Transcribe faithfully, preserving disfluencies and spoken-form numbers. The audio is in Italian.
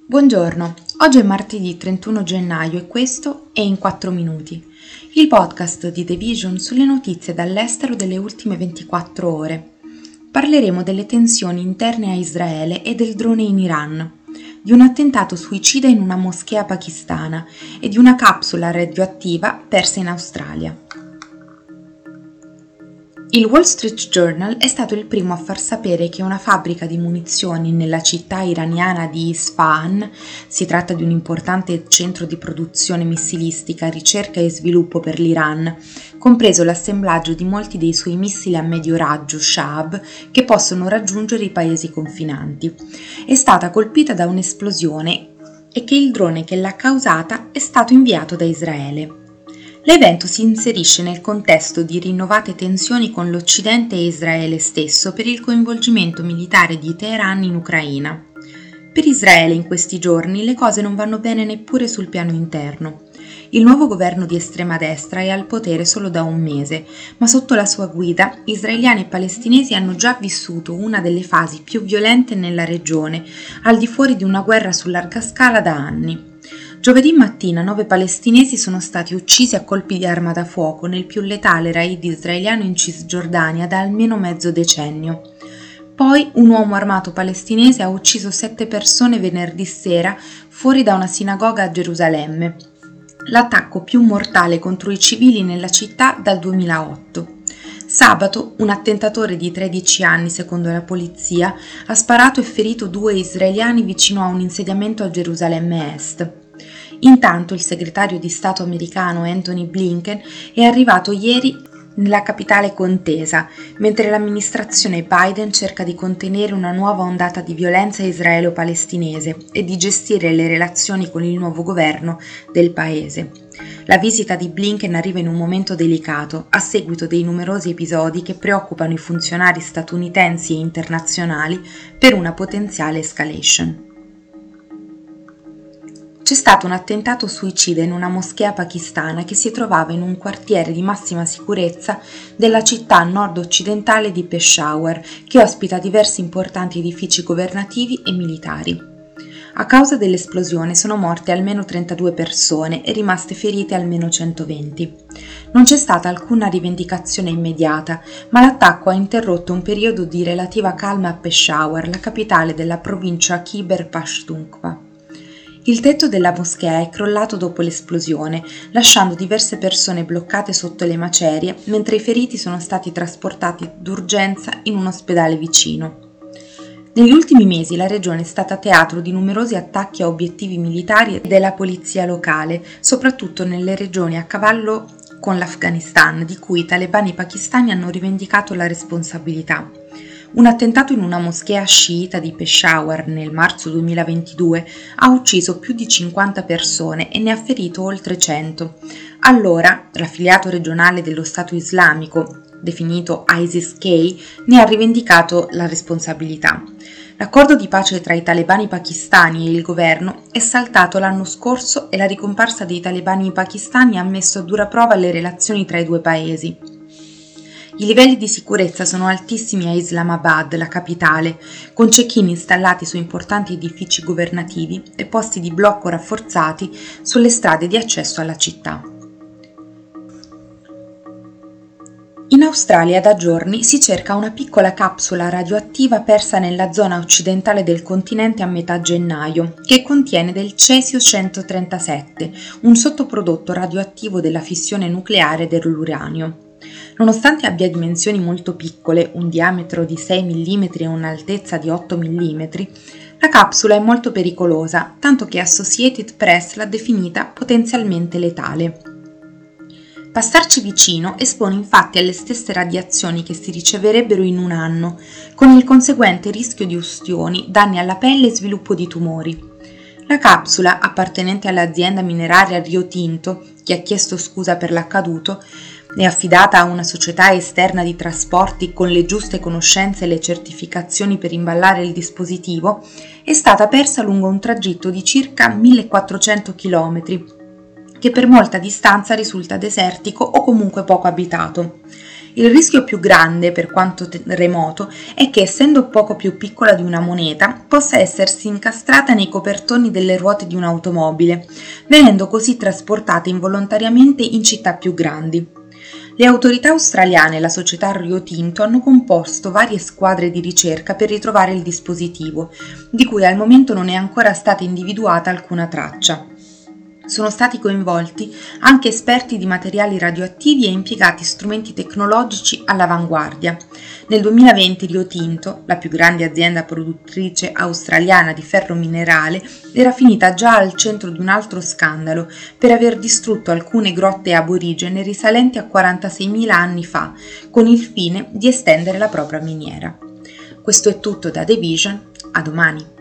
Buongiorno, oggi è martedì trentuno gennaio e questo è In quattro minuti, il podcast di The Vision sulle notizie dall'estero delle ultime ventiquattro ore. Parleremo delle tensioni interne a Israele e del drone in Iran, di un attentato suicida in una moschea pakistana e di una capsula radioattiva persa in Australia. Il Wall Street Journal è stato il primo a far sapere che una fabbrica di munizioni nella città iraniana di Isfahan, si tratta di un importante centro di produzione missilistica, ricerca e sviluppo per l'Iran, compreso l'assemblaggio di molti dei suoi missili a medio raggio Shahab che possono raggiungere i paesi confinanti, è stata colpita da un'esplosione e che il drone che l'ha causata è stato inviato da Israele. L'evento si inserisce nel contesto di rinnovate tensioni con l'Occidente e Israele stesso per il coinvolgimento militare di Teheran in Ucraina. Per Israele in questi giorni le cose non vanno bene neppure sul piano interno. Il nuovo governo di estrema destra è al potere solo da un mese, ma sotto la sua guida israeliani e palestinesi hanno già vissuto una delle fasi più violente nella regione, al di fuori di una guerra su larga scala da anni. Giovedì mattina nove palestinesi sono stati uccisi a colpi di arma da fuoco nel più letale raid israeliano in Cisgiordania da almeno mezzo decennio. Poi un uomo armato palestinese ha ucciso sette persone venerdì sera fuori da una sinagoga a Gerusalemme, l'attacco più mortale contro i civili nella città dal duemilaotto. Sabato un attentatore di tredici anni, secondo la polizia, ha sparato e ferito due israeliani vicino a un insediamento a Gerusalemme Est. Intanto il segretario di Stato americano Antony Blinken è arrivato ieri nella capitale contesa, mentre l'amministrazione Biden cerca di contenere una nuova ondata di violenza israelo-palestinese e di gestire le relazioni con il nuovo governo del paese. La visita di Blinken arriva in un momento delicato, a seguito dei numerosi episodi che preoccupano i funzionari statunitensi e internazionali per una potenziale escalation. C'è stato un attentato suicida in una moschea pakistana che si trovava in un quartiere di massima sicurezza della città nord-occidentale di Peshawar, che ospita diversi importanti edifici governativi e militari. A causa dell'esplosione sono morte almeno trentadue persone e rimaste ferite almeno centoventi. Non c'è stata alcuna rivendicazione immediata, ma l'attacco ha interrotto un periodo di relativa calma a Peshawar, la capitale della provincia Khyber Pakhtunkhwa. Il tetto della moschea è crollato dopo l'esplosione, lasciando diverse persone bloccate sotto le macerie, mentre i feriti sono stati trasportati d'urgenza in un ospedale vicino. Negli ultimi mesi la regione è stata teatro di numerosi attacchi a obiettivi militari e della polizia locale, soprattutto nelle regioni a cavallo con l'Afghanistan, di cui i talebani pakistani hanno rivendicato la responsabilità. Un attentato in una moschea sciita di Peshawar nel marzo duemilaventidue ha ucciso più di cinquanta persone e ne ha ferito oltre cento. Allora, l'affiliato regionale dello Stato islamico, definito ISIS-K, ne ha rivendicato la responsabilità. L'accordo di pace tra i talebani pakistani e il governo è saltato l'anno scorso e la ricomparsa dei talebani pakistani ha messo a dura prova le relazioni tra i due paesi. I livelli di sicurezza sono altissimi a Islamabad, la capitale, con cecchini installati su importanti edifici governativi e posti di blocco rafforzati sulle strade di accesso alla città. In Australia da giorni si cerca una piccola capsula radioattiva persa nella zona occidentale del continente a metà gennaio, che contiene del cesio centotrentasette, un sottoprodotto radioattivo della fissione nucleare dell'uranio. Nonostante abbia dimensioni molto piccole, un diametro di sei millimetri e un'altezza di otto millimetri, la capsula è molto pericolosa, tanto che Associated Press l'ha definita potenzialmente letale. Passarci vicino espone infatti alle stesse radiazioni che si riceverebbero in un anno, con il conseguente rischio di ustioni, danni alla pelle e sviluppo di tumori. La capsula, appartenente all'azienda mineraria Rio Tinto, che ha chiesto scusa per l'accaduto, è affidata a una società esterna di trasporti con le giuste conoscenze e le certificazioni per imballare il dispositivo, è stata persa lungo un tragitto di circa millequattrocento chilometri, che per molta distanza risulta desertico o comunque poco abitato. Il rischio più grande, per quanto te- remoto, è che, essendo poco più piccola di una moneta, possa essersi incastrata nei copertoni delle ruote di un'automobile, venendo così trasportata involontariamente in città più grandi. Le autorità australiane e la società Rio Tinto hanno composto varie squadre di ricerca per ritrovare il dispositivo, di cui al momento non è ancora stata individuata alcuna traccia. Sono stati coinvolti anche esperti di materiali radioattivi e impiegati strumenti tecnologici all'avanguardia. Nel duemilaventi Rio Tinto, la più grande azienda produttrice australiana di ferro minerale, era finita già al centro di un altro scandalo per aver distrutto alcune grotte aborigene risalenti a quarantaseimila anni fa, con il fine di estendere la propria miniera. Questo è tutto da The Vision, a domani.